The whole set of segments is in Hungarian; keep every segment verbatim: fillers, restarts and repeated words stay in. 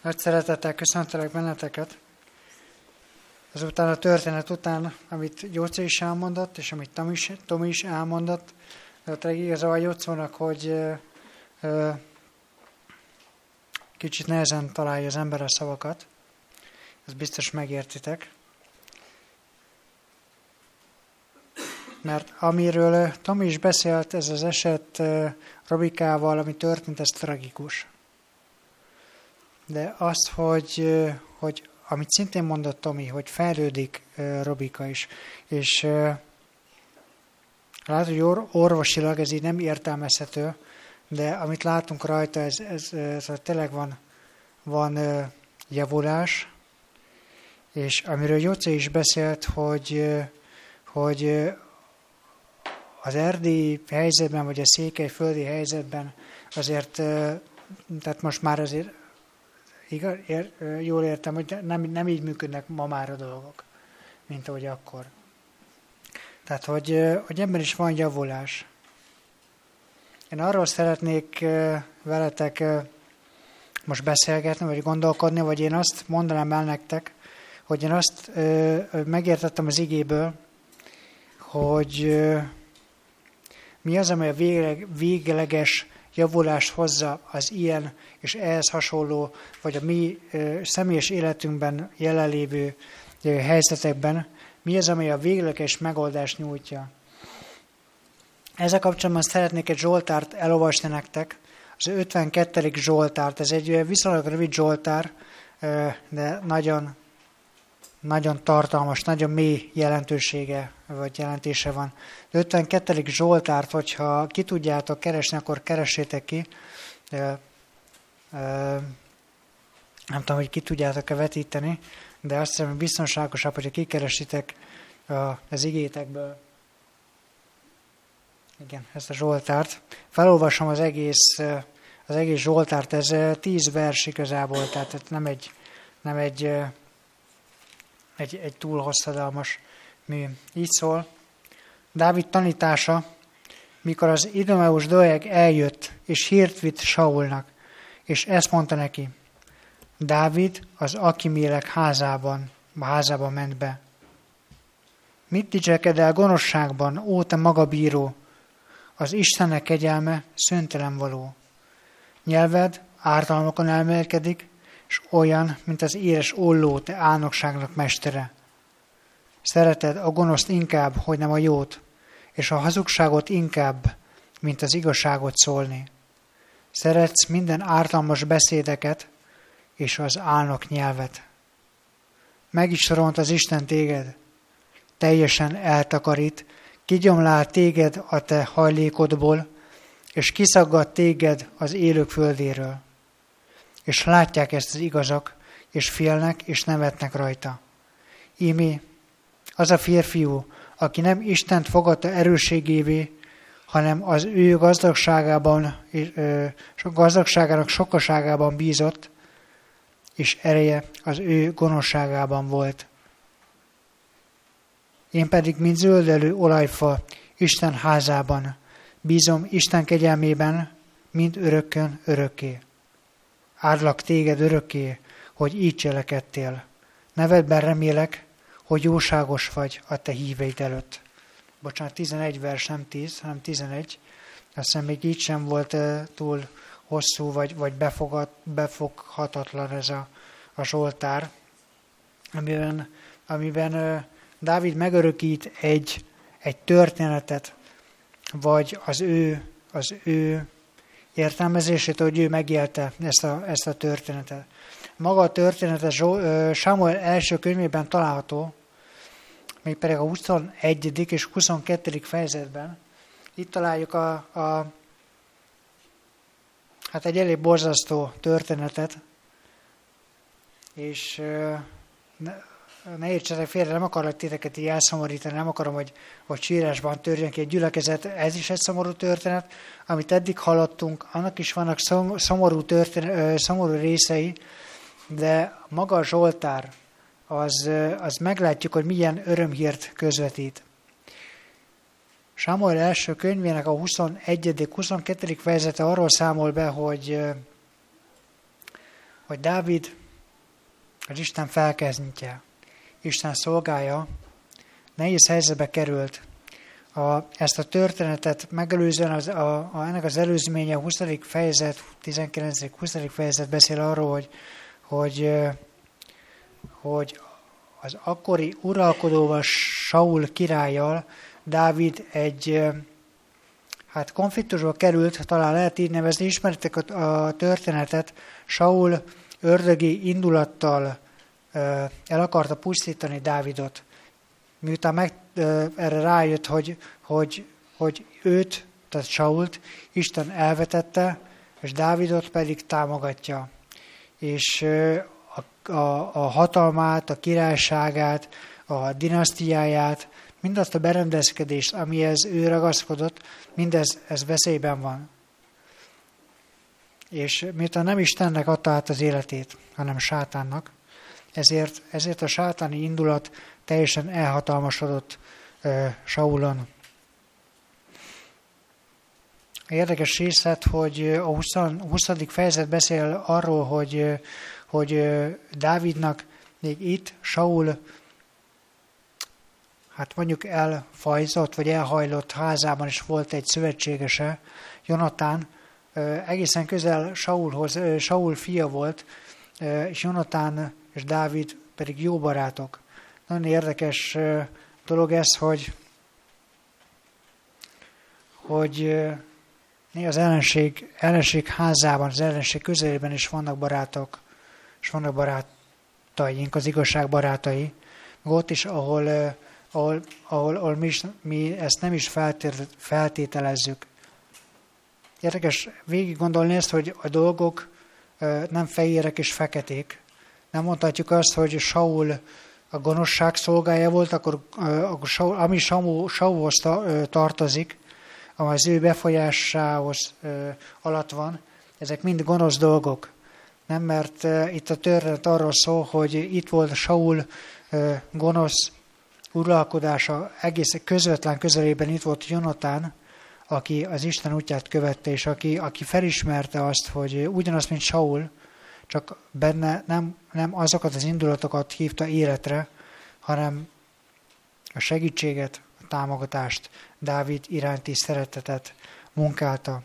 Nagy szeretettel köszöntelek benneteket. Azután a történet után, amit Jóci is elmondott, és amit Tomi is, Tomi is elmondott, ott igazából Jócónak, hogy ö, ö, kicsit nehezen találja az ember a szavakat. Ezt biztos megértitek. Mert amiről Tomi is beszélt, ez az eset ö, Robikával, ami történt, ez tragikus. De az, hogy, hogy amit szintén mondott Tomi, hogy fejlődik uh, Robika is, és uh, látod, hogy or- orvosilag ez így nem értelmezhető, de amit látunk rajta, ez, ez, ez, ez tényleg van, van uh, javulás, és amiről Jóci is beszélt, hogy, uh, hogy uh, az erdélyi helyzetben, vagy a székelyföldi helyzetben azért, uh, tehát most már azért igaz, ér, jól értem, hogy nem, nem így működnek ma már a dolgok, mint ahogy akkor. Tehát, hogy, hogy ebben is van javulás. Én arról szeretnék veletek most beszélgetni, vagy gondolkodni, vagy én azt mondanám el nektek, hogy én azt megértettem az igéből, hogy mi az, amely a végleg, végleges javulást hozza az ilyen és ehhez hasonló, vagy a mi személyes életünkben jelenlévő helyzetekben, mi az, amely a végleges megoldást nyújtja. Ezzel kapcsolatban szeretnék egy Zsoltárt elolvasni nektek, az ötvenkettedik Zsoltárt. Ez egy viszonylag rövid Zsoltár, de nagyon, nagyon tartalmas, nagyon mély jelentősége, vagy jelentése van. Az ötvenkettedik Zsoltárt, hogyha ki tudjátok keresni, akkor keressétek ki. Nem tudom, hogy ki tudjátok-e vetíteni, de azt hiszem, hogy biztonságosabb, hogyha kikeresitek az igétekből. Igen, ezt a Zsoltárt. Felolvasom az egész, az egész Zsoltárt, ez tíz vers igazából, tehát nem egy, nem egy, egy, egy túl hosszadalmas mű. Így szól. Dávid tanítása, mikor az Idumeus Doeg eljött, és hírt vitt Saulnak, és ezt mondta neki: Dávid az Akimélek házában, házában ment be. Mit dicsekedel gonoszságban, ó te magabíró? Az Istennek kegyelme szöntelen való. Nyelved ártalmakon elmélkedik, és olyan, mint az éres olló, te álnokságnak mestere. Szereted a gonoszt inkább, hogy nem a jót, és a hazugságot inkább, mint az igazságot szólni. Szeretsz minden ártalmas beszédeket, és az álnok nyelvet. Meg is ront az Isten téged, teljesen eltakarít, kigyomlál téged a te hajlékodból, és kiszaggat téged az élők földéről. És látják ezt az igazak, és félnek, és nevetnek rajta. Ímé, az a férfiú, aki nem Istent fogadta erősségévé, hanem az ő gazdagságában, gazdagságának sokaságában bízott, és ereje az ő gonoszságában volt. Én pedig, mint zöldelő olajfa Isten házában, bízom Isten kegyelmében, mint örökkön örökké. Áldlak téged örökké, hogy így cselekedtél. Nevedben remélek, hogy jóságos vagy a te híveid előtt. Bocsánat, tizenegy vers, nem tíz, hanem tizenegy. Azt hiszem, még így sem volt túl hosszú, vagy, vagy befogad, befoghatatlan ez a, a Zsoltár, amiben, amiben Dávid megörökít egy, egy történetet, vagy az ő, az ő értelmezését, hogy ő megélte ezt a, ezt a történetet. Maga a történet Sámuel első könyvében található, mégpedig a huszonegyedik és huszonkettedik fejezetben. Itt találjuk a, a hát egy elég borzasztó történetet, és ne, ne értsetek félre, nem akarlak titeket így elszomorítani, nem akarom, hogy, hogy sírásban törjön ki egy gyülekezet. Ez is egy szomorú történet, amit eddig hallottunk, annak is vannak szomorú, történet, szomorú részei, de maga a Zsoltár, az, az meglátjuk, hogy milyen örömhírt közvetít. Sámuel első könyvének a huszonegyedik huszonkettő fejezete arról számol be, hogy hogy Dávid az Isten felkezdje, Isten szolgája, nehéz helyzetbe került. A, ezt a történetet megelőzően az, a, a, ennek az előzménye a huszadik fejezet, tizenkilencedik huszadik fejezet beszél arról, hogy, hogy, hogy az akkori uralkodóval, Saul királlyal Dávid egy hát konfliktusba került, talán lehet így nevezni, ismeritek a, a történetet, Saul ördögi indulattal el akarta pusztítani Dávidot. Miután meg, erre rájött, hogy, hogy, hogy őt, tehát Sault, Isten elvetette, és Dávidot pedig támogatja. És a, a, a hatalmát, a királyságát, a dinasztiáját, mindazt a berendezkedést, amihez ő ragaszkodott, mindez ez veszélyben van. És miután nem Istennek adta át az életét, hanem sátánnak, ezért, ezért a sátáni indulat teljesen elhatalmasodott uh, Saulon. Érdekes részlet, hogy a huszadik fejezet beszél arról, hogy, hogy Dávidnak még itt Saul hát mondjuk elfajzott, vagy elhajlott házában is volt egy szövetségese, Jonatán, egészen közel Saulhoz, Saul fia volt, és Jonatán és Dávid pedig jó barátok. Nagyon érdekes dolog ez, hogy, hogy az ellenség, ellenség házában, az ellenség közelében is vannak barátok, és vannak barátaink, az igazság barátai. Ott is, ahol, ahol, ahol, ahol mi, is, mi ezt nem is feltételezzük. Érdekes végig gondolni ezt, hogy a dolgok nem fehérek és feketék. Nem mondhatjuk azt, hogy Saul a gonoszság szolgája volt, akkor, akkor Saul, ami Saulhoz tartozik, ami az ő befolyásához alatt van, ezek mind gonosz dolgok. Nem, mert itt a történet arról szól, hogy itt volt Saul gonosz uralkodása, egész közvetlen közelében itt volt Jonatán, aki az Isten útját követte, és aki, aki felismerte azt, hogy ugyanaz, mint Saul, csak benne nem, nem azokat az indulatokat hívta életre, hanem a segítséget, a támogatást, Dávid iránti szeretetet munkálta.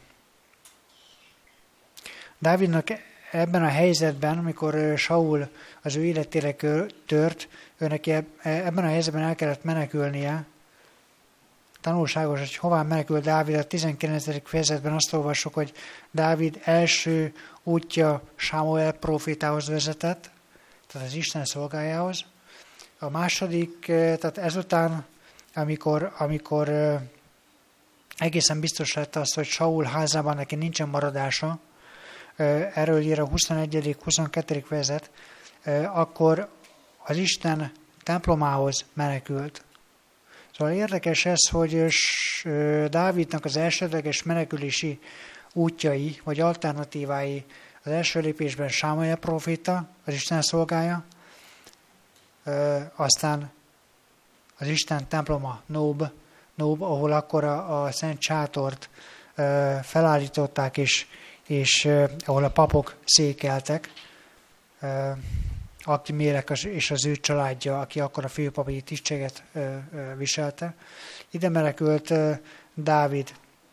Dávidnak ebben a helyzetben, amikor Saul az ő életére tört, őnek ebben a helyzetben el kellett menekülnie. Tanulságos, hogy hová menekült Dávid, a tizenkilencedik fejezetben azt olvassuk, hogy Dávid első útja Sámuel prófétához vezetett, tehát az Isten szolgájához. A második, tehát ezután, amikor, amikor egészen biztos lett az, hogy Saul házában neki nincsen maradása, erről ír a huszonegyedik huszonkettődik fejezet, akkor az Isten templomához menekült. Szóval érdekes ez, hogy Dávidnak az elsődleges menekülési útjai, vagy alternatívái az első lépésben Sámuel próféta, az Isten szolgája, aztán az Isten temploma, Nob, Nob ahol akkor a, a Szent Sátort felállították, és, és ahol a papok székeltek, Akimélek és az ő családja, aki akkor a főpapi tisztséget viselte. Ide menekült Dávid.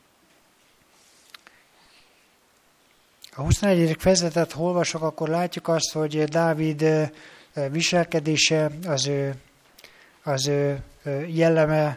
A huszonegyedik fejezetet, ha olvasok, akkor látjuk azt, hogy Dávid viselkedése, az ő, az ő jelleme,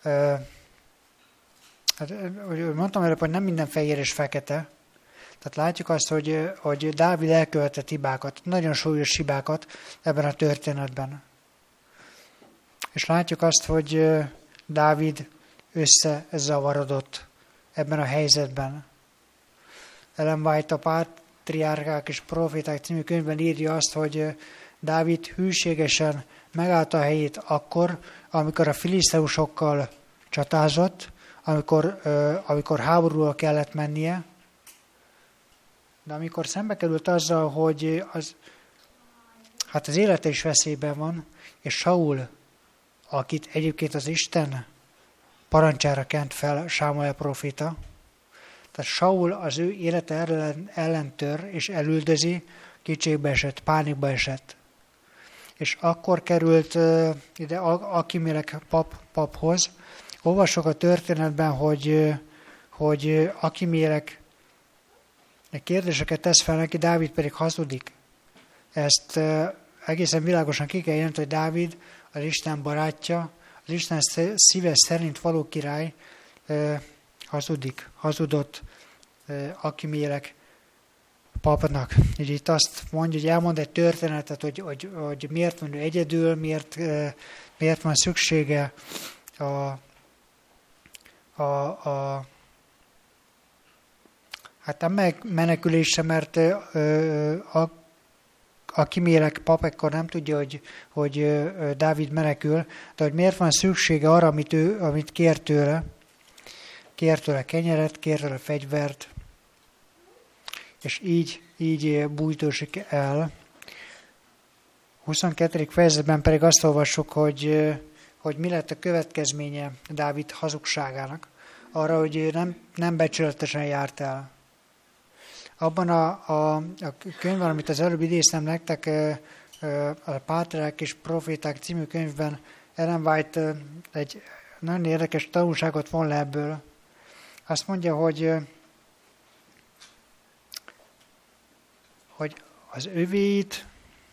hát, mondtam előbb, hogy nem minden fehér és fekete. Tehát látjuk azt, hogy, hogy Dávid elkövetett hibákat, nagyon súlyos hibákat ebben a történetben. És látjuk azt, hogy Dávid összezavarodott ebben a helyzetben. Ellen White, a Pátriárkák és Proféták című könyvben írja azt, hogy Dávid hűségesen megállta a helyét akkor, amikor a filiszteusokkal csatázott, amikor, amikor háborúra kellett mennie, de amikor szembe került azzal, hogy az, hát az élete is veszélyben van, és Saul, akit egyébként az Isten parancsára kent fel Sámuel próféta, tehát Saul az ő élete ellen, ellen tör és elüldözi, kétségbe esett, pánikba esett. És akkor került ide Ahimélek pap, paphoz. Olvasok a történetben, hogy, hogy Ahimélek kérdéseket tesz fel neki, Dávid pedig hazudik. Ezt egészen világosan ki kell jelenteni, hogy Dávid az Isten barátja, az Isten szíve szerint való király hazudik, hazudott Ahimélek papnak. Így itt azt mondja, hogy elmond egy történetet, hogy, hogy, hogy miért van ő egyedül, miért, miért van szüksége a, a, a hát nem menekülésre, mert a Ahimélek pap ekkor nem tudja, hogy, hogy Dávid menekül, de hogy miért van szüksége arra, amit, ő, amit kér tőle. Kér tőle kenyeret, kér tőle fegyvert, és így, így bújtósik el. huszonkettedik fejezetben pedig azt olvassuk, hogy, hogy mi lett a következménye Dávid hazugságának. Arra, hogy ő nem, nem becsületesen járt el. Abban a, a, a könyvben, amit az előbb idéztem nektek, a Pátriárkák és Proféták című könyvben Ellen White egy nagyon érdekes tanulságot von le ebből. Azt mondja, hogy, hogy az övéit,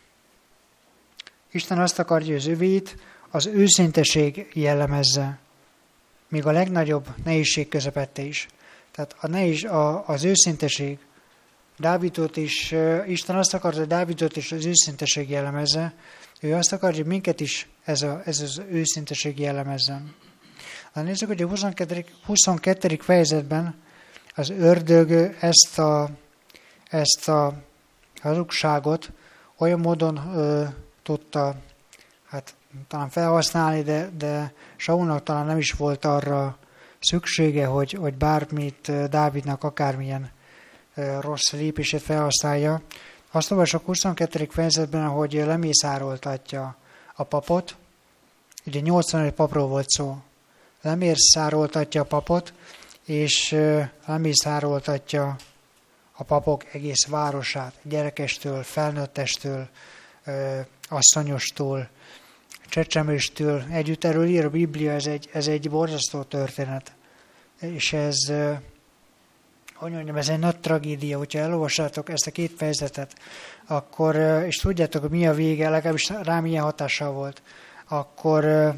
Isten azt akarja, hogy az övéit az őszinteség jellemezze, még a legnagyobb nehézség közepette is. Tehát a nehéz, a, az őszinteség, Dávidot is, Isten azt akarja, hogy Dávidot is az őszinteség jellemezze, ő azt akarja, hogy minket is ez, a, ez az őszinteség jellemezzen. Na nézzük, hogy a huszonkettedik huszonkettedik fejezetben az ördög ezt a, ezt a hazugságot olyan módon ö, tudta hát, talán felhasználni, de, de Saulnak talán nem is volt arra szüksége, hogy, hogy bármit Dávidnak akármilyen ö, rossz lépését felhasználja. Azt olvasok huszonkettedik fejezetben, hogy lemészároltatja a papot. Ugye nyolcvanöt papról volt szó. Lemészároltatja a papot, és lemészároltatja a papok egész városát, gyerekestől, felnőttestől, asszonyostól, csecsemőstől. Együtt erről ír a Biblia, ez egy, ez egy borzasztó történet. És ez, hogy mondjam, ez egy nagy tragédia, hogyha elolvassátok ezt a két fejezetet, akkor, és tudjátok, hogy mi a vége, legalábbis rám milyen hatással volt, akkor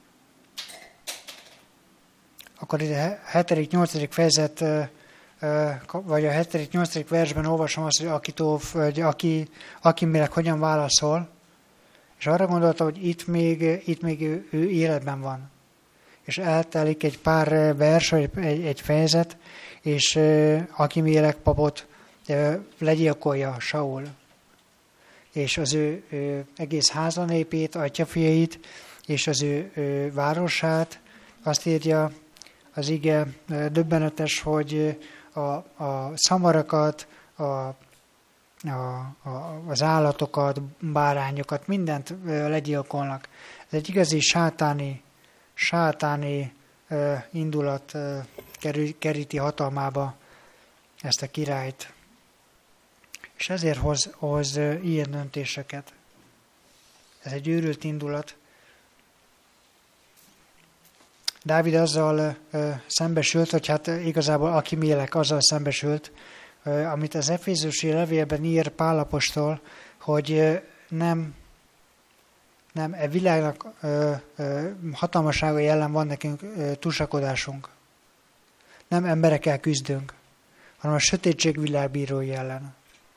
akkor itt a hetedik nyolcadik fejezet, vagy a hetedik nyolcadik versben olvasom azt, hogy Akitó, vagy aki, Ahimélek hogyan válaszol, és arra gondoltam, hogy itt még, itt még ő, ő életben van. És eltelik egy pár vers, vagy egy, egy fejezet, és Ahimélek papot legyilkolja Saul. És az ő, ő egész házanépét, atyafiait, és az ő, ő városát, azt írja az ige döbbenetes, hogy a, a szamarakat, a, a, a, az állatokat, bárányokat, mindent legyilkolnak. Ez egy igazi sátáni, sátáni indulat keríti hatalmába ezt a királyt. És ezért hoz, hoz ilyen döntéseket. Ez egy őrült indulat. Dávid azzal ö, szembesült, vagy hát igazából Ahimélek azzal szembesült, ö, amit az Efézusi levélben ír Pál apostol, hogy ö, nem, nem e világnak ö, ö, hatalmasága ellen van nekünk ö, túlsakodásunk. Nem emberekkel küzdünk, hanem a sötétség világbírói ellen.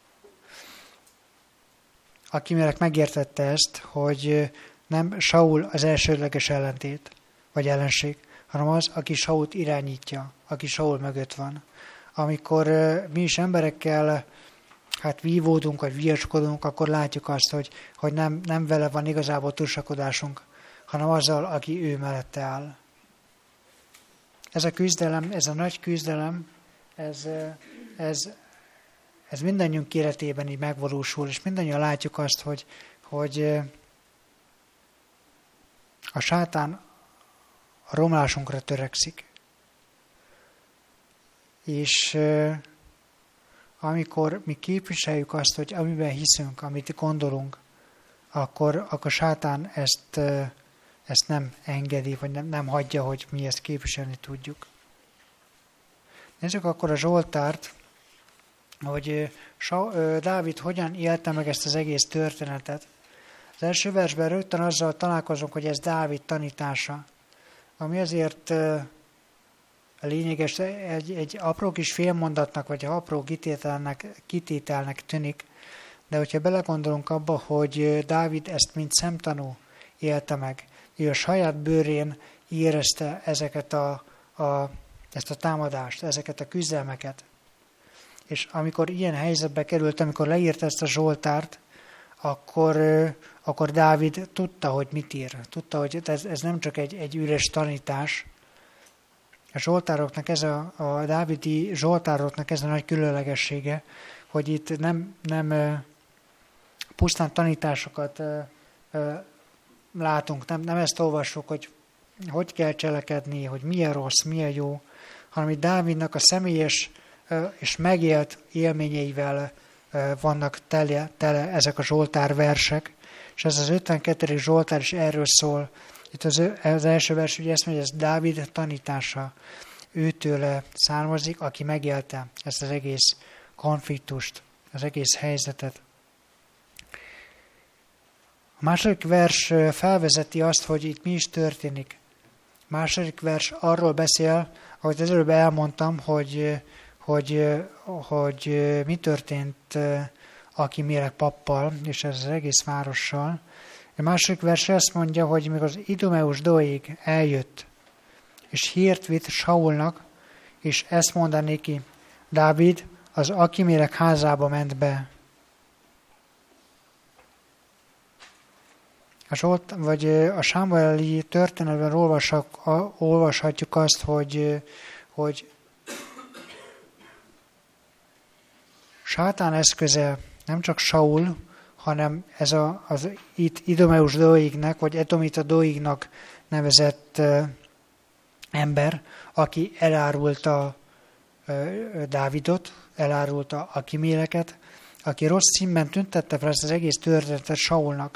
Ahimélek megértette ezt, hogy nem Saul az elsődleges ellentét, vagy ellenség, hanem az, aki Sault irányítja, aki Saul mögött van. Amikor uh, mi is emberekkel hát vívódunk, vagy viaskodunk, akkor látjuk azt, hogy, hogy nem, nem vele van igazából túlsakodásunk, hanem azzal, aki ő mellette áll. Ez a küzdelem, ez a nagy küzdelem, ez, ez, ez mindannyiunk életében így megvalósul, és mindannyian látjuk azt, hogy, hogy a sátán a romlásunkra törekszik. És amikor mi képviseljük azt, hogy amiben hiszünk, amit gondolunk, akkor, akkor sátán ezt, ezt nem engedi, vagy nem, nem hagyja, hogy mi ezt képviselni tudjuk. Nézzük akkor a Zsoltárt, hogy Dávid hogyan élte meg ezt az egész történetet. Az első versben rögtön azzal találkozunk, hogy ez Dávid tanítása, ami azért lényeges, egy, egy apró kis félmondatnak, vagy apró kitételnek, kitételnek tűnik, de hogyha belegondolunk abba, hogy Dávid ezt mint szemtanú élte meg, ő a saját bőrén érezte ezeket a, a, ezt a támadást, ezeket a küzdelmeket. És amikor ilyen helyzetbe került, amikor leírta ezt a Zsoltárt, akkor, akkor Dávid tudta, hogy mit ír. Tudta, hogy ez, ez nem csak egy, egy üres tanítás. A Zsoltároknak ez a, a dávidi Zsoltároknak ez a nagy különlegessége, hogy itt nem, nem pusztán tanításokat látunk, nem, nem ezt olvassuk, hogy hogy kell cselekedni, hogy milyen rossz, milyen jó, hanem itt Dávidnak a személyes és megélt élményeivel vannak tele, tele ezek a Zsoltár versek, és ez az ötvenkettedik Zsoltár is erről szól. Itt az, az első vers ugye ezt mondja, ez Dávid tanítása. Őtőle származik, aki megélte ezt az egész konfliktust, az egész helyzetet. A második vers felvezeti azt, hogy itt mi is történik. A második vers arról beszél, ahogy az előbb elmondtam, hogy, hogy, hogy mi történt Akimélek pappal, és ez az egész várossal. A második vers azt mondja, hogy még az Idumeus Doeg eljött, és hírt vitt Saulnak, és ezt mondta neki, Dávid az Akimélek házába ment be. A Zsolt, vagy a sámueli történetben olvashatjuk azt, hogy, hogy sátán eszköze nem csak Saul, hanem ez a, az itt Idumeus Doegnek, vagy Edomita Doegnak nevezett uh, ember, aki elárulta uh, Dávidot, elárulta Akiméleket, aki rossz színben tüntette fel ezt az egész történetet Saulnak.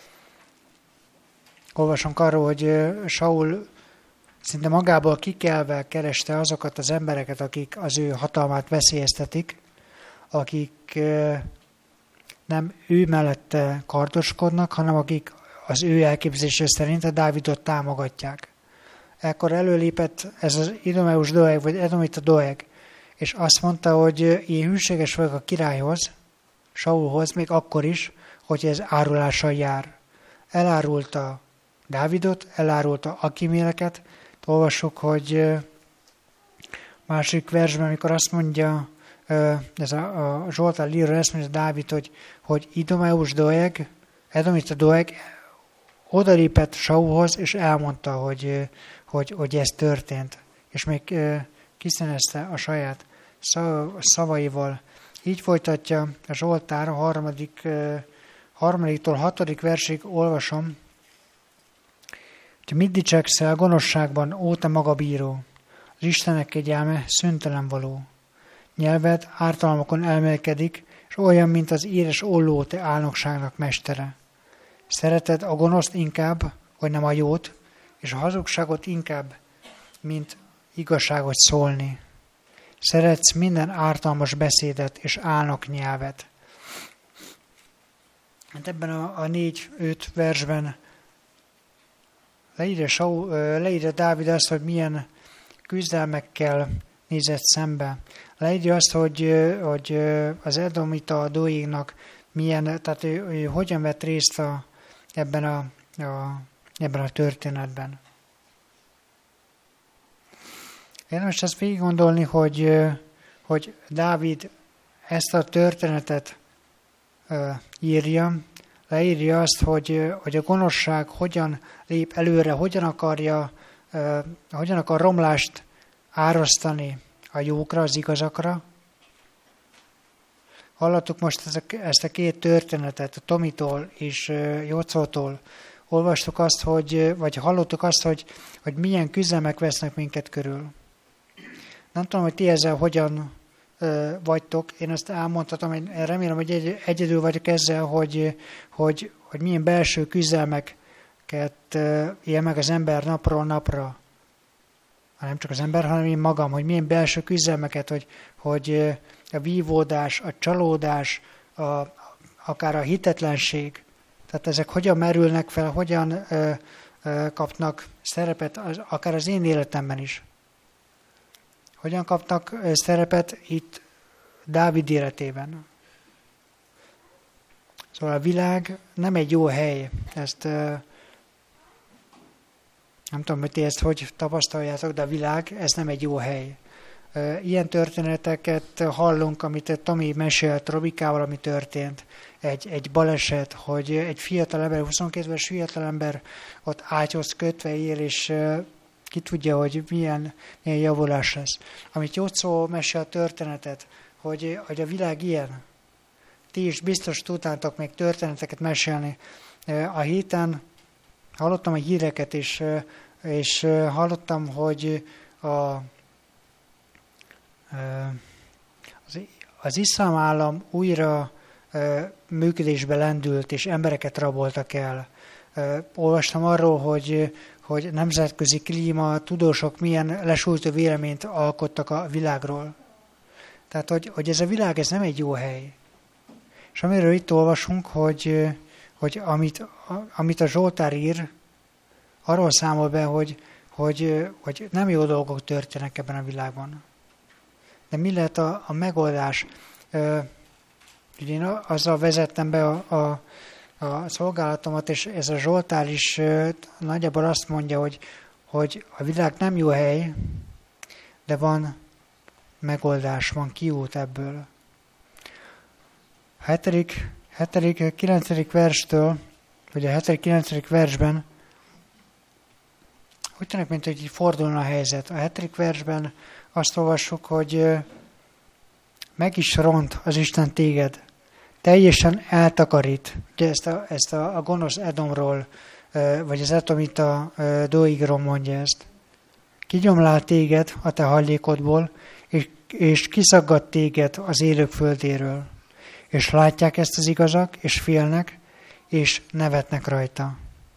Olvasunk arról, hogy uh, Saul szinte magából kikelve kereste azokat az embereket, akik az ő hatalmát veszélyeztetik, akik uh, nem ő mellette kardoskodnak, hanem akik az ő elképzelése szerint a Dávidot támogatják. Ekkor előlépett ez az Idumeus Doeg, vagy Edomita Doeg, és azt mondta, hogy én hűséges vagyok a királyhoz, Saulhoz, még akkor is, hogy ez árulással jár. Elárulta Dávidot, elárulta Akiméleket. Olvassuk, hogy másik versben, amikor azt mondja, ez a, a Zsoltár líra ezt mondja Dávid, hogy, hogy Idumeus Doeg, Edomita Doeg odalépett Saulhoz, és elmondta, hogy, hogy, hogy ez történt. És még kiszínezte a saját szavaival. Így folytatja a Zsoltár a harmadik, harmadiktól hatodik versig olvasom, hogy mit dicsekszel gonoszságban, ó te magabíró, az Istenek kegyelme szüntelen való. Nyelved ártalmakon elmélkedik, és olyan, mint az éres olló te álnokságnak mestere. Szereted a gonoszt inkább, hogy nem a jót, és a hazugságot inkább, mint igazságot szólni. Szeretsz minden ártalmas beszédet és álnok nyelvet. Hát ebben a, a négy-öt versben leírja, Saul, leírja Dávid azt, hogy milyen küzdelmekkel nézett szembe. Leírja azt, hogy, hogy az Edomita Doegnak milyen, tehát ő, ő hogyan vett részt a, ebben, a, a, ebben a történetben. Érdemes ezt végig gondolni, hogy, hogy Dávid ezt a történetet írja, leírja azt, hogy, hogy a gonoszság hogyan lép előre, hogyan akarja, hogyan akar romlást árasztani a jókra, az igazakra. Hallottuk most ezt a két történetet, a Tomitól és Jocótól. Olvastuk azt, hogy, vagy hallottuk azt, hogy, hogy milyen küzdelmek vesznek minket körül. Nem tudom, hogy ti ezzel hogyan vagytok. Én azt elmondhatom, én remélem, hogy egy, egyedül vagyok ezzel, hogy, hogy, hogy milyen belső küzdelmeket él meg az ember napról napra. Nem csak az ember, hanem én magam, hogy milyen belső küzdelmeket, hogy, hogy a vívódás, a csalódás, a, akár a hitetlenség, tehát ezek hogyan merülnek fel, hogyan ö, ö, kapnak szerepet, az, akár az én életemben is. Hogyan kapnak szerepet itt Dávid életében. Szóval a világ nem egy jó hely. Ezt ö, nem tudom, hogy ti ezt hogy tapasztaljátok, de a világ, ez nem egy jó hely. Ilyen történeteket hallunk, amit Tomi mesélt Robikával, ami történt. Egy, egy baleset, hogy egy fiatal ember, huszonkét éves fiatal ember ott ágyhoz kötve él, és ki tudja, hogy milyen, milyen javulás lesz. Amit Jocó mesél a történetet, hogy, hogy a világ ilyen. Ti is biztos tudtátok még történeteket mesélni. A héten hallottam a híreket, és, és hallottam, hogy a, az, az iszlám állam újra működésbe lendült, és embereket raboltak el. Olvastam arról, hogy, hogy nemzetközi klíma tudósok milyen lesújtó véleményt alkottak a világról. Tehát, hogy, hogy ez a világ, ez nem egy jó hely. És amiről itt olvasunk, hogy, hogy amit, amit a Zsoltár ír, arról számol be, hogy, hogy, hogy nem jó dolgok történnek ebben a világban. De mi lehet a, a megoldás? Ugye én azzal vezettem be a, a, a szolgálatomat, és ez a Zsoltár is nagyjából azt mondja, hogy, hogy a világ nem jó hely, de van megoldás, van kiút ebből. A hetedik, hetedik, kilencedik verstől, vagy a hetedik, kilencedik versben úgy tűnik, mint hogy így fordulna a helyzet. A hetedik versben azt olvassuk, hogy meg is ront az Isten téged, teljesen eltakarít. Ugye ezt a, ezt a, a gonosz Edomról, vagy az edomita Doigról mondja ezt. Kigyomlál téged a te hajlékodból, és, és kiszaggat téged az élők földéről. És látják ezt az igazak, és félnek, és nevetnek rajta.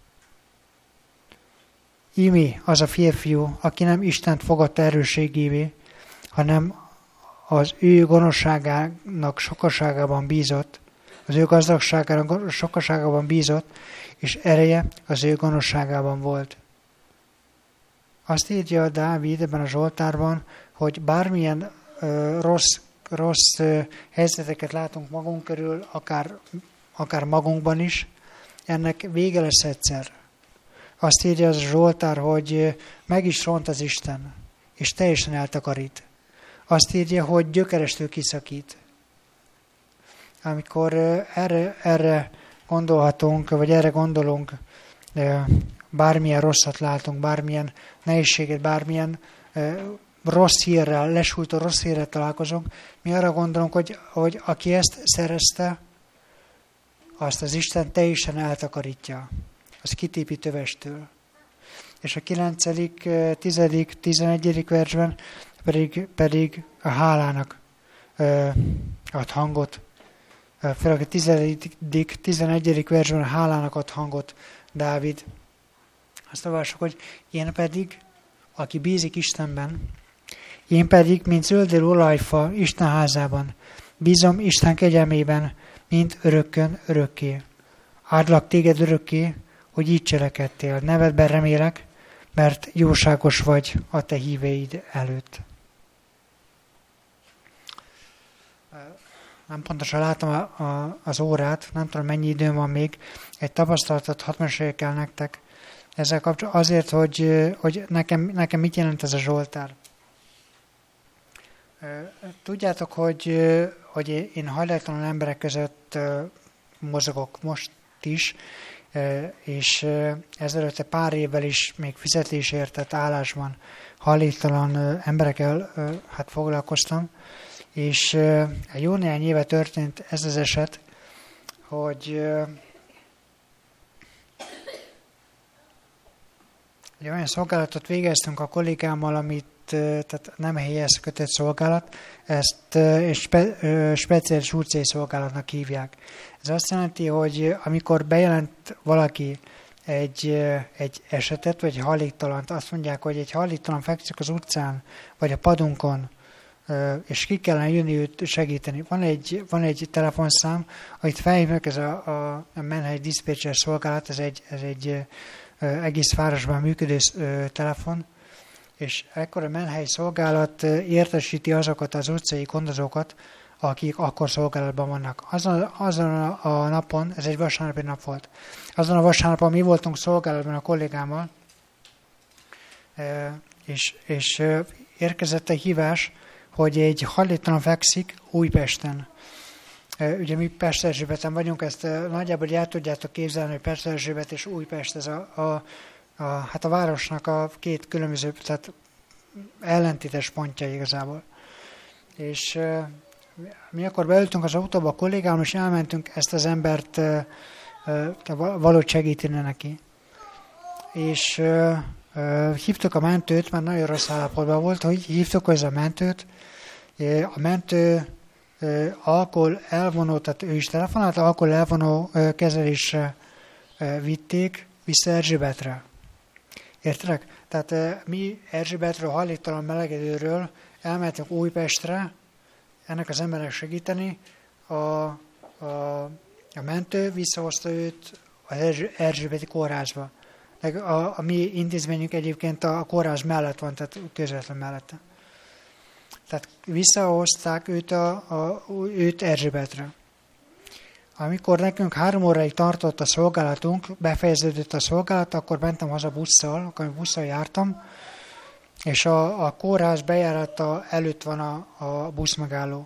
Imi az a férfiú, aki nem Istent fogadta erősségévé, hanem az ő gonoszságának sokaságában bízott, az ő gazdagságának sokaságában bízott, és ereje az ő gonoszságában volt. Azt írja Dávid ebben a Zsoltárban, hogy bármilyen ö, rossz, rossz ö, helyzeteket látunk magunk körül, akár, akár magunkban is, ennek vége lesz egyszer. Azt írja az a Zsoltár, hogy meg is ront az Isten, és teljesen eltakarít. Azt írja, hogy gyökerestől kiszakít. Amikor erre, erre gondolhatunk, vagy erre gondolunk, bármilyen rosszat látunk, bármilyen nehézséget, bármilyen rossz hírrel, lesújtó rossz hírrel találkozunk, mi arra gondolunk, hogy, hogy aki ezt szerezte, azt az Isten teljesen eltakarítja. Az kitépi tövestől. És a kilencedik, tizedik, tizenegyedik versben pedig, pedig a hálának ö, ad hangot. Főleg a tizedik, tizenegyedik versben a hálának ad hangot Dávid. Azt olvassuk, hogy én pedig, aki bízik Istenben, én pedig, mint zöldélő olajfa Isten házában, bízom Isten kegyelmében, mint örökkön örökké. Áldlak téged örökké, hogy így cselekedtél. Nevedben remélek, mert jóságos vagy a te híveid előtt. Nem pontosan látom a, a, az órát, nem tudom mennyi időm van még. Egy tapasztalatot hadd meséljek el nektek ezzel kapcsolatban. Azért, hogy, hogy nekem, nekem mit jelent ez a Zsoltár. Tudjátok, hogy, hogy én hajléktalan emberek között mozogok most is, és ezelőtt pár évvel is még fizetésért, tehát állásban hajléktalan emberekkel hát foglalkoztam, és jó néhány éve történt ez az eset, hogy egy olyan szolgálatot végeztünk a kollégámmal, amit tehát nem helyez kötött szolgálat, ezt spe, speciális utcai szolgálatnak hívják. Ez azt jelenti, hogy amikor bejelent valaki egy, egy esetet, vagy egy hajléktalant, azt mondják, hogy egy hajléktalan fekszik az utcán, vagy a padunkon, és ki kellene jönni őt segíteni. Van egy, van egy telefonszám, amit felhívnak, ez a, a, a Menhely diszpécser szolgálat, ez egy, ez egy egész városban működő telefon, és ekkor a Menhely szolgálat értesíti azokat az utcai gondozókat, akik akkor szolgálatban vannak. Azon, azon a napon, ez egy vasárnapi nap volt, azon a vasárnapon mi voltunk szolgálatban a kollégámmal, és, és érkezett egy hívás, hogy egy hajléktalan fekszik Újpesten. Ugye mi Pesterzsébeten vagyunk, ezt nagyjából el tudjátok képzelni, hogy Pesterzsébet és Újpest, ez a, a, a, hát a városnak a két különböző, tehát ellentétes pontja igazából. És mi akkor beültünk az autóba a kollégámmal, és elmentünk ezt az embert valahogy segíteni neki. És hívtuk a mentőt, mert nagyon rossz állapotban volt, hogy hívtuk hozzá a mentőt. A mentő alkohol elvonó, tehát ő is telefonált, alkohol elvonó kezelésre vitték vissza Erzsébetre. Értelek? Tehát mi Erzsébetről, hajléktalan melegedőről elmentünk Újpestre, ennek az embernek segíteni. A, a, a mentő visszahozta őt az Erzsébeti kórházba. A, a mi intézményünk egyébként a kórház mellett van, tehát közvetlen mellette. Tehát visszahozták őt, a, a, őt Erzsébetre. Amikor nekünk három óráig tartott a szolgálatunk, befejeződött a szolgálat, akkor mentem haza busszal, akkor busszal jártam, és a, a kórház bejárata előtt van a, a buszmegálló.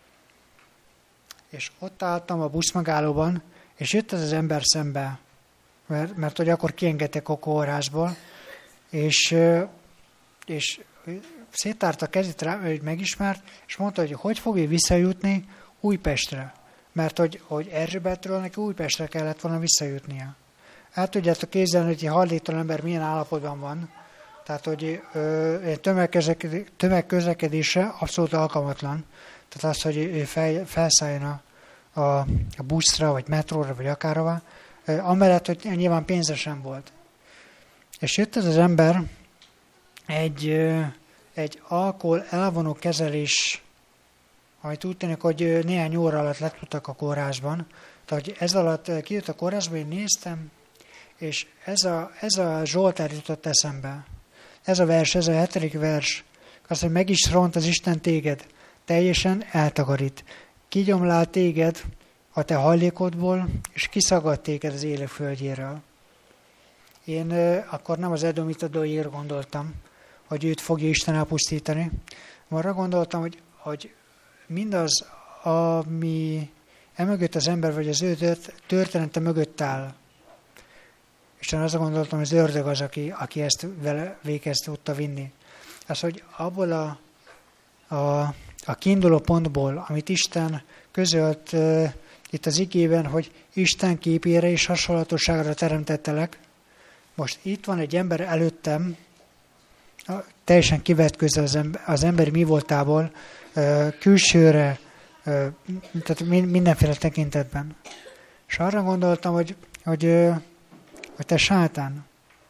És ott álltam a buszmegállóban, és jött ez az ember szembe, mert, mert hogy akkor kiengedtek a kórházból, és, és széttárta a kezét rá, hogy megismert, és mondta, hogy hogy fogja visszajutni Újpestre. Mert hogy, hogy Erzsébetről neki Újpestre kellett volna visszajutnia. El tudjátok képzelni, hogy egy hajléktalan ember milyen állapotban van. Tehát, hogy tömegközlekedésre abszolút alkalmatlan. Tehát az, hogy ő fel, felszálljon a, a, a buszra, vagy metróra, vagy akárhová. Amellett, hogy nyilván pénze sem volt. És jött ez az ember egy, egy alkohol elvonó kezelés, amit úgy tűnik, hogy néhány óra alatt letudtak a kórházban. Tehát, hogy ez alatt kijött a kórházba, én néztem, és ez a, ez a Zsoltár jutott eszembe. Ez a vers, ez a hetedik vers. Azt, hogy meg is ront az Isten téged, teljesen eltakarít. Kigyomlál téged a te hajlékodból, és kiszagad téged az élők földjéről. Én akkor nem az Edomita Dóira gondoltam, hogy őt fogja Isten elpusztítani. Arra gondoltam, hogy, hogy mindaz, ami emögött az ember, vagy az ő története mögött áll. És én azt gondoltam, hogy az ördög az, aki, aki ezt vele véghez tudta vinni. Az, hogy abból a, a, a kiinduló pontból, amit Isten közölt uh, itt az igében, hogy Isten képére és hasonlatosságra teremtettelek, most itt van egy ember előttem, teljesen kivetközve az, ember, az emberi mi voltából, uh, külsőre, uh, tehát mindenféle tekintetben. És arra gondoltam, hogy, hogy, uh, hogy te sátán,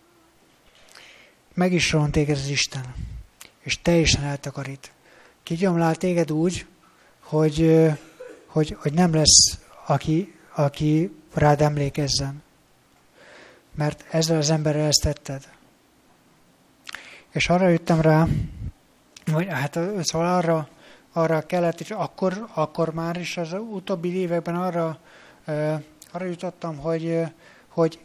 meg is ront téged az Isten, és teljesen eltakarít. Kigyomlál téged úgy, hogy, uh, hogy, hogy nem lesz, aki, aki rád emlékezzen. Mert ezzel az emberrel ezt tetted. És arra jöttem rá, hogy hát szóval arra, arra kellett, és akkor, akkor már is az utóbbi években arra, uh, arra jutottam, hogy, uh, hogy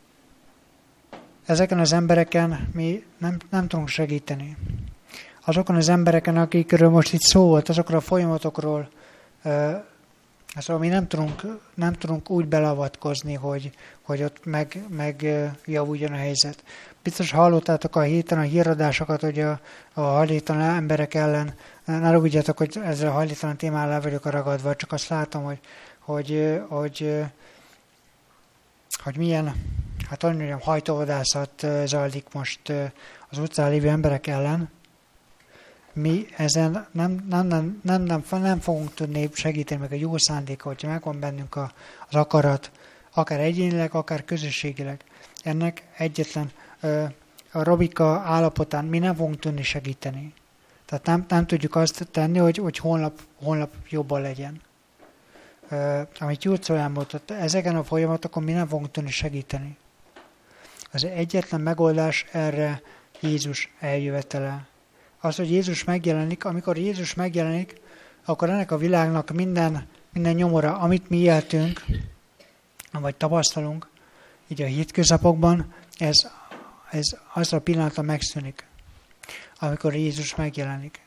ezeken az embereken mi nem, nem tudunk segíteni. Azokon az embereken, akikről most itt szó volt, azokról a folyamatokról, uh, szóval mi nem tudunk, nem tudunk úgy belavatkozni, hogy, hogy ott meg, megjavuljon a helyzet. Biztos hallottátok a héten a híradásokat, hogy a, a hajléktalan emberek ellen, ne rúgjatok, hogy ezzel a hajléktalan témával le vagyok ragadva, csak azt látom, hogy, hogy, hogy, hogy milyen, hát hogy mondjam, hajtóvadászat zajlik most az utcán lévő emberek ellen. mi ezen nem, nem, nem, nem, nem, nem fogunk tudni segíteni, meg a jó szándéka, hogyha megvan bennünk a, az akarat, akár egyénileg, akár közösségileg. Ennek egyetlen a Robika állapotán mi nem fogunk tudni segíteni. Tehát nem, nem tudjuk azt tenni, hogy, hogy holnap, holnap jobban legyen. Amit Jurcó elmondott, ezeken a folyamatokon mi nem fogunk tudni segíteni. Az egyetlen megoldás erre Jézus eljövetele. Az, hogy Jézus megjelenik, amikor Jézus megjelenik, akkor ennek a világnak minden, minden nyomora, amit mi éltünk, vagy tapasztalunk, így a hétköznapokban, ez, ez azra a pillanatra megszűnik, amikor Jézus megjelenik.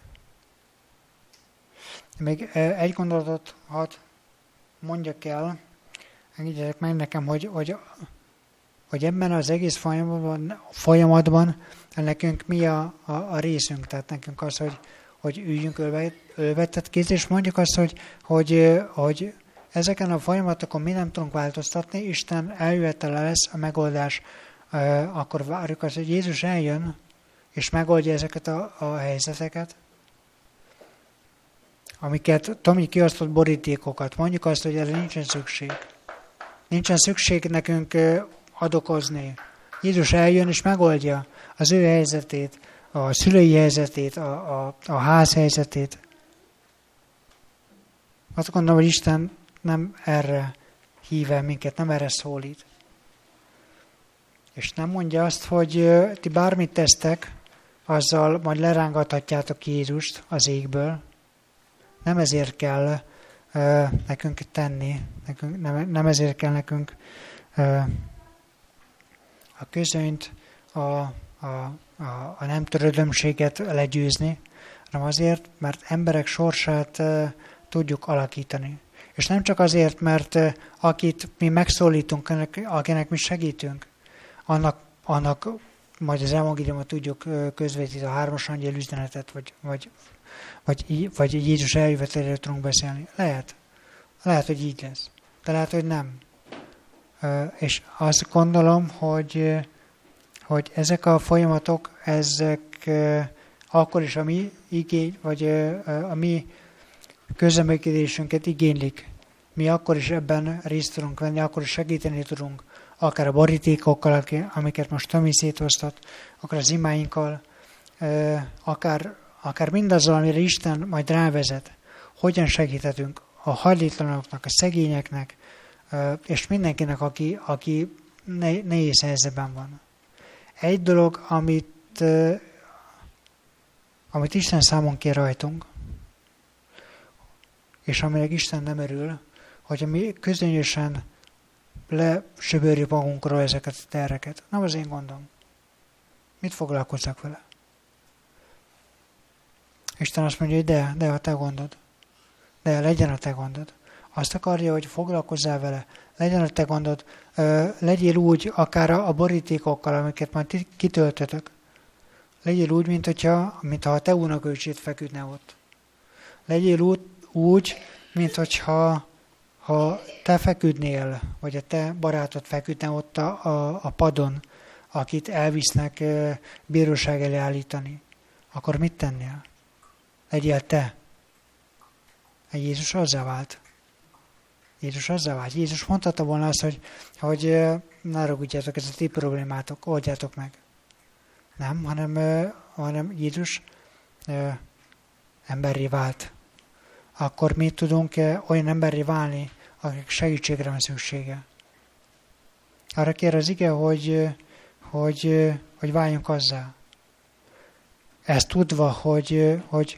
Még egy gondolatot hadd mondjak el, engedjetek meg nekem, hogy, hogy, hogy ebben az egész folyamatban, folyamatban nekünk mi a, a, a részünk, tehát nekünk az, hogy, hogy üljünk ölvetett kéz, és mondjuk azt, hogy, hogy, hogy ezeken a folyamatokon mi nem tudunk változtatni, Isten eljövetele lesz a megoldás, akkor várjuk azt, hogy Jézus eljön, és megoldja ezeket a, a helyzeteket, amiket Tomi kiosztott borítékokat. Mondjuk azt, hogy erre nincsen szükség. Nincsen szükség nekünk adokozni. Jézus eljön és megoldja az ő helyzetét, a szülői helyzetét, a, a, a ház helyzetét. Azt gondolom, hogy Isten nem erre hív el minket, nem erre szólít. És nem mondja azt, hogy ti bármit tesztek, azzal majd lerángathatjátok Jézust az égből. Nem ezért kell uh, nekünk tenni, nekünk, nem, nem ezért kell nekünk uh, a közönyt, a, a, a, a nem törődömséget legyőzni, hanem azért, mert emberek sorsát uh, tudjuk alakítani. És nem csak azért, mert uh, akit mi megszólítunk, akinek mi segítünk, annak, annak majd az evangéliumot tudjuk közvetíteni, a hármas angyal üzenetet, vagy, vagy, vagy, vagy Jézus eljöveteléről tudunk beszélni. Lehet. Lehet, hogy így lesz. De lehet, hogy nem. És azt gondolom, hogy, hogy ezek a folyamatok, ezek akkor is a mi igény, vagy a mi közreműködésünket igénylik. Mi akkor is ebben részt tudunk venni, akkor is segíteni tudunk, akár a borítékokkal, amiket most Tomi szétosztott, akár az imáinkkal, akár, akár mindazzal, amire Isten majd rávezet, hogyan segíthetünk a hajléktalanoknak, a szegényeknek, és mindenkinek, aki, aki nehéz helyzetben van. Egy dolog, amit, amit Isten számon kér rajtunk, és aminek Isten nem örül, hogy mi közönösen lesöbörjük magunkról ezeket a terreket. Nem az én gondom. Mit foglalkozzak vele? Isten azt mondja, hogy de, de a te gondod. De legyen a te gondod. Azt akarja, hogy foglalkozzál vele. Legyen a te gondod. Legyél úgy, akár a borítékokkal, amiket majd kitöltötök. Legyél úgy, mint hogyha, mintha a te unokölcsét feküdne ott. Legyél úgy, úgy mint hogyha ha te feküdnél, vagy a te barátod feküdne ott a, a, a padon, akit elvisznek e, bíróság elé állítani, akkor mit tennél? Legyél te. Jézus azzá vált. Jézus azzá vált. Jézus mondhatta volna azt, hogy, hogy e, ne ragudjátok, ez a ti problémátok, oldjátok meg. Nem, hanem, e, hanem Jézus e, emberré vált. Akkor mi tudunk olyan emberré válni, akik segítségre van szüksége. Arra kér az ige, hogy, hogy, hogy váljunk azzá. Ezt tudva, hogy, hogy,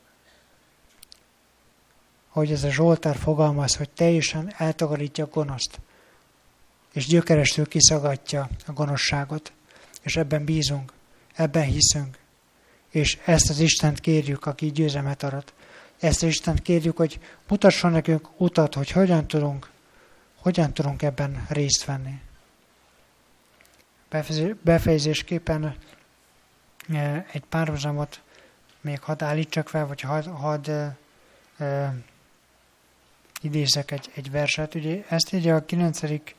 hogy ez a Zsoltár fogalmaz, hogy teljesen eltakarítja a gonoszt, és gyökerestől kiszagadja a gonoszságot. És ebben bízunk, ebben hiszünk. És ezt az Istent kérjük, aki győzelmet arat. Ezt az Istent kérjük, hogy mutasson nekünk utat, hogy hogyan tudunk, hogyan tudunk ebben részt venni. Befejezésképpen egy párhuzamot még hadd állítsak fel, vagy hadd, hadd e, idézzek egy, egy verset. Ugye ezt így a kilencedik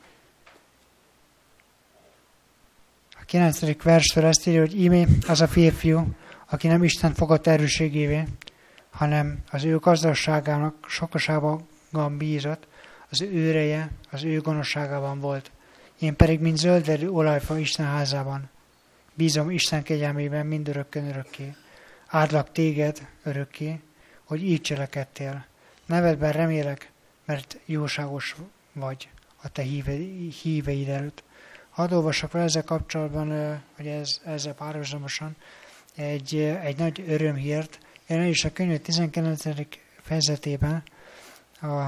a kilencedik verstől ezt írja, hogy íme az a férfiú, aki nem Isten fogadta erőségévé, hanem az ő gazdaságának sokasában bízott, az ő őreje az ő gonoszságában volt. Én pedig, mint zöldvelő olajfa Isten házában, bízom Isten kegyelmében mindörökkön örökké. Áldlak téged örökké, hogy így cselekedtél. Nevedben remélek, mert jóságos vagy a te híve, híveid előtt. Hadd olvassak fel ezzel kapcsolatban, hogy ez, ezzel párhuzamosan egy, egy nagy örömhírt. Jelen is a könyv tizenkilencedik fejezetében a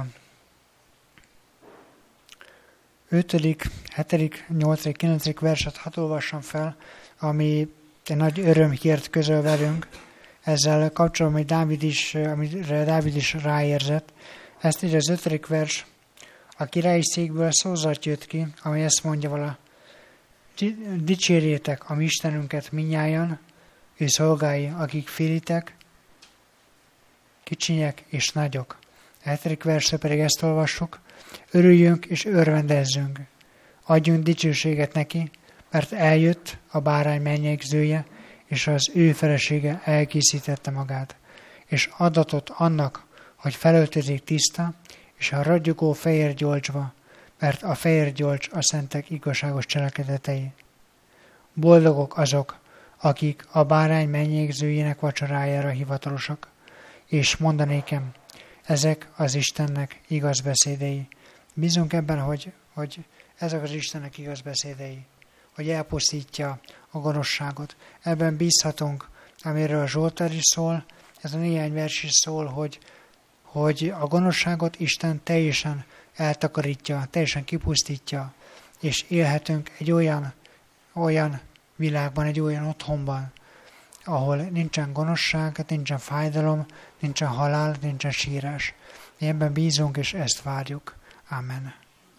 ötödik, hetedik, nyolcadik, kilencedik verset hadd olvassam fel, ami egy nagy örömhírt közöl velünk. Ezzel kapcsolatban, hogy Dávid is, amire Dávid is ráérzett. Ezt így az ötödik vers, a királyi székből szózat jött ki, ami ezt mondja vala. Dicsérjétek a mi Istenünket minnyájan, ő szolgái, akik félitek, kicsinyek és nagyok. A hetedik versre pedig ezt olvassuk. Örüljünk és örvendezzünk. Adjunk dicsőséget neki, mert eljött a bárány mennyegzője, és az ő felesége elkészítette magát, és adatot annak, hogy felöltözik tiszta, és a ragyogó fehér gyolcsba, mert a fehér gyolcs a szentek igazságos cselekedetei. Boldogok azok, akik a bárány mennyegzőjének vacsorájára hivatalosak, és mondanékem, ezek az Istennek igaz beszédei. Bízunk ebben, hogy, hogy ezek az Istennek igaz beszédei, hogy elpusztítja a gonoszságot. Ebben bízhatunk, amiről a Zsoltár is szól, ez a néhány vers is szól, hogy, hogy a gonoszságot Isten teljesen eltakarítja, teljesen kipusztítja, és élhetünk egy olyan, olyan világban, egy olyan otthonban, ahol nincsen gonoszság, nincsen fájdalom, nincsen halál, nincsen sírás. Mi ebben bízunk, és ezt várjuk. Amen.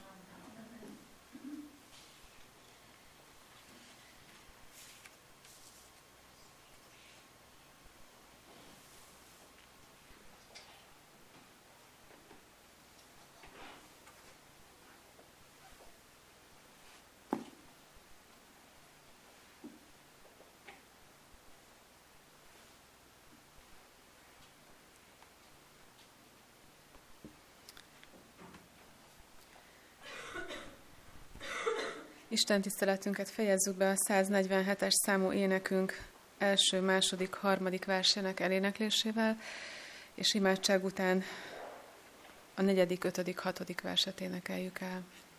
Isten tiszteletünket fejezzük be a száznegyvenhetes számú énekünk első, második, harmadik versének eléneklésével, és imádság után a negyedik, ötödik, hatodik verset énekeljük el.